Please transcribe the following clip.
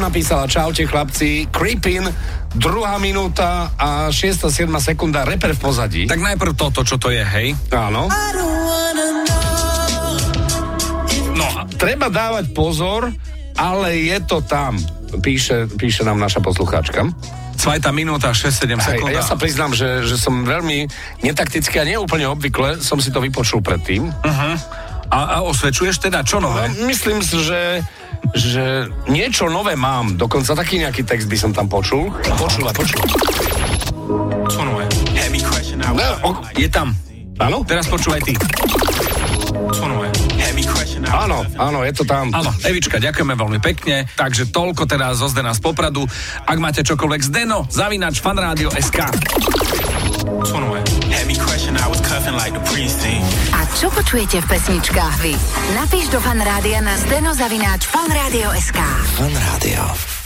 napísala: čaute chlapci, Creepin, 2. minúta a 6. 7. sekunda, reper v pozadí. Tak najprv toto, čo to je, hej? Áno. No, treba dávať pozor, ale je to tam, píše nám naša poslucháčka. 2. minúta, 6-7 sekúnd. Ja sa priznám, že som veľmi netakticky a neúplne obvykle som si to vypočul predtým. A osvedčuješ teda čo nové? Myslím si, že niečo nové mám. Dokonca taký nejaký text by som tam počul. Počúvaj. Čo nové? No, Je tam. áno? Teraz počúvaj ty. Čo nové? Áno, je to tam. Áno, Evička, ďakujeme veľmi pekne. Takže toľko teda zo Zdena z Popradu. Ak máte čokoľvek Zdeno, @fanradio.sk. A čo počujete v pesničkách vy? Napíš do Fanrádia na Zdeno @fanradio.sk. Fan Rádio.